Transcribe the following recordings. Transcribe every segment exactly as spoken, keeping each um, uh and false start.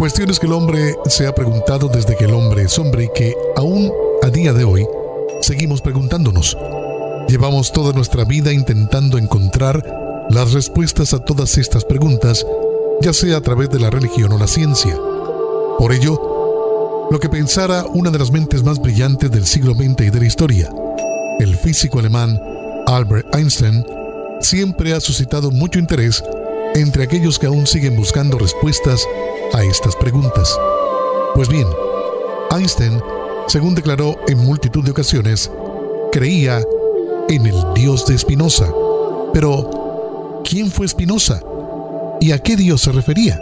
cuestión es que el hombre se ha preguntado desde que el hombre es hombre y que aún a día de hoy seguimos preguntándonos. Llevamos toda nuestra vida intentando encontrar las respuestas a todas estas preguntas, ya sea a través de la religión o la ciencia. Por ello, lo que pensara una de las mentes más brillantes del siglo veinte y de la historia, el físico alemán Albert Einstein, siempre ha suscitado mucho interés entre aquellos que aún siguen buscando respuestas a estas preguntas. Pues bien, Einstein, según declaró en multitud de ocasiones, creía en el Dios de Spinoza. Pero, ¿quién fue Spinoza? ¿Y a qué Dios se refería?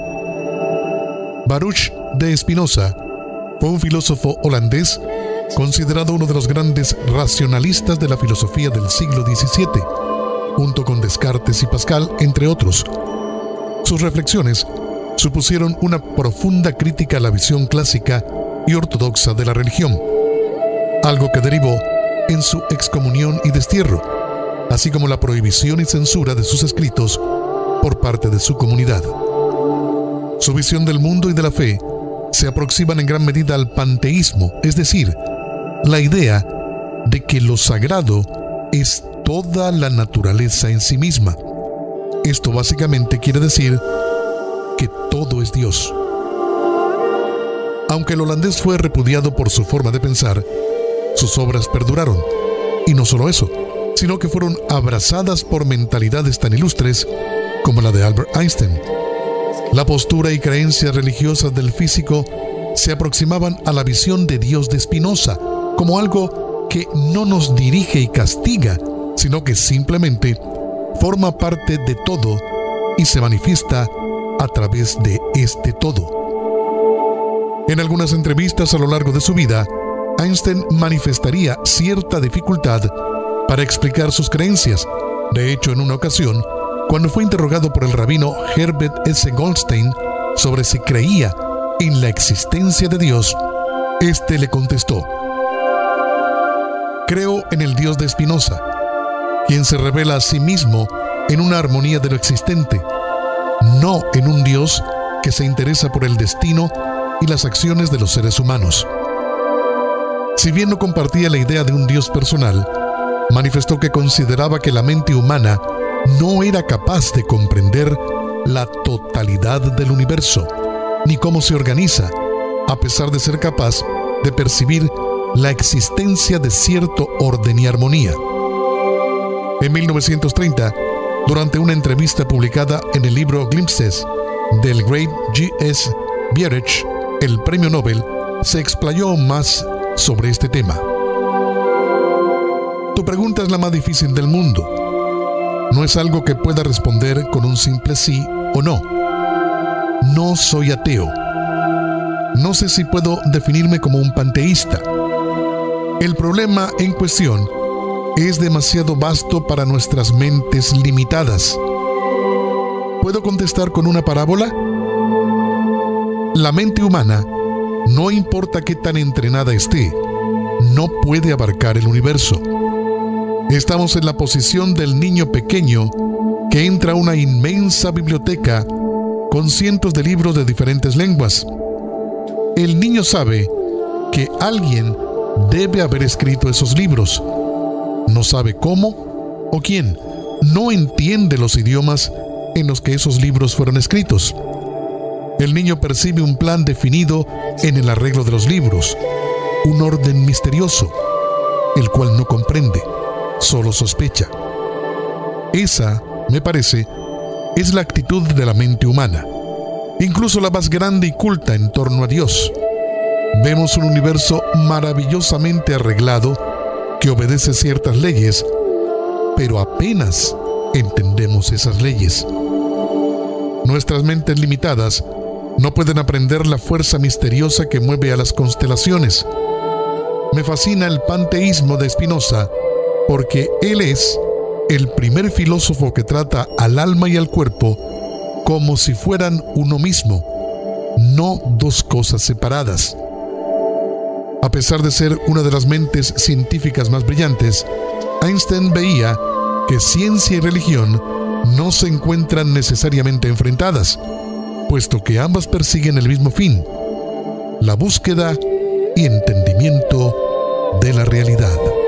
Baruch de Spinoza fue un filósofo holandés considerado uno de los grandes racionalistas de la filosofía del siglo diecisiete, junto con Descartes y Pascal, entre otros. Sus reflexiones supusieron una profunda crítica a la visión clásica y ortodoxa de la religión, algo que derivó en su excomunión y destierro, así como la prohibición y censura de sus escritos por parte de su comunidad. Su visión del mundo y de la fe se aproximan en gran medida al panteísmo, es decir, la idea de que lo sagrado es toda la naturaleza en sí misma. Esto básicamente quiere decir que todo es Dios. Aunque el holandés fue repudiado por su forma de pensar, sus obras perduraron. Y no solo eso, sino que fueron abrazadas por mentalidades tan ilustres como la de Albert Einstein. La postura y creencias religiosas del físico se aproximaban a la visión de Dios de Spinoza como algo que no nos dirige y castiga, sino que simplemente forma parte de todo y se manifiesta a través de este todo. En algunas entrevistas a lo largo de su vida, Einstein manifestaría cierta dificultad para explicar sus creencias. De hecho, en una ocasión, cuando fue interrogado por el rabino Herbert S. Goldstein sobre si creía en la existencia de Dios, este le contestó: creo en el Dios de Spinoza, quien se revela a sí mismo en una armonía de lo existente, no en un Dios que se interesa por el destino y las acciones de los seres humanos. Si bien no compartía la idea de un Dios personal, manifestó que consideraba que la mente humana no era capaz de comprender la totalidad del universo, ni cómo se organiza, a pesar de ser capaz de percibir la existencia de cierto orden y armonía. En mil novecientos treinta, durante una entrevista publicada en el libro Glimpses del Great G S Bierich, el premio Nobel, se explayó más sobre este tema. Tu pregunta es la más difícil del mundo. No es algo que pueda responder con un simple sí o no. No soy ateo. No sé si puedo definirme como un panteísta. El problema en cuestión es demasiado vasto para nuestras mentes limitadas. ¿Puedo contestar con una parábola? La mente humana, no importa qué tan entrenada esté, no puede abarcar el universo. Estamos en la posición del niño pequeño que entra a una inmensa biblioteca con cientos de libros de diferentes lenguas. El niño sabe que alguien debe haber escrito esos libros. No sabe cómo o quién. No entiende los idiomas en los que esos libros fueron escritos. El niño percibe un plan definido en el arreglo de los libros, un orden misterioso, el cual no comprende, solo sospecha. Esa, me parece, es la actitud de la mente humana, incluso la más grande y culta en torno a Dios. Vemos un universo maravillosamente arreglado que obedece ciertas leyes, pero apenas entendemos esas leyes. Nuestras mentes limitadas no pueden aprender la fuerza misteriosa que mueve a las constelaciones. Me fascina el panteísmo de Spinoza porque él es el primer filósofo que trata al alma y al cuerpo como si fueran uno mismo, no dos cosas separadas. A pesar de ser una de las mentes científicas más brillantes, Einstein veía que ciencia y religión no se encuentran necesariamente enfrentadas. puesto que ambas persiguen el mismo fin, la búsqueda y entendimiento de la realidad.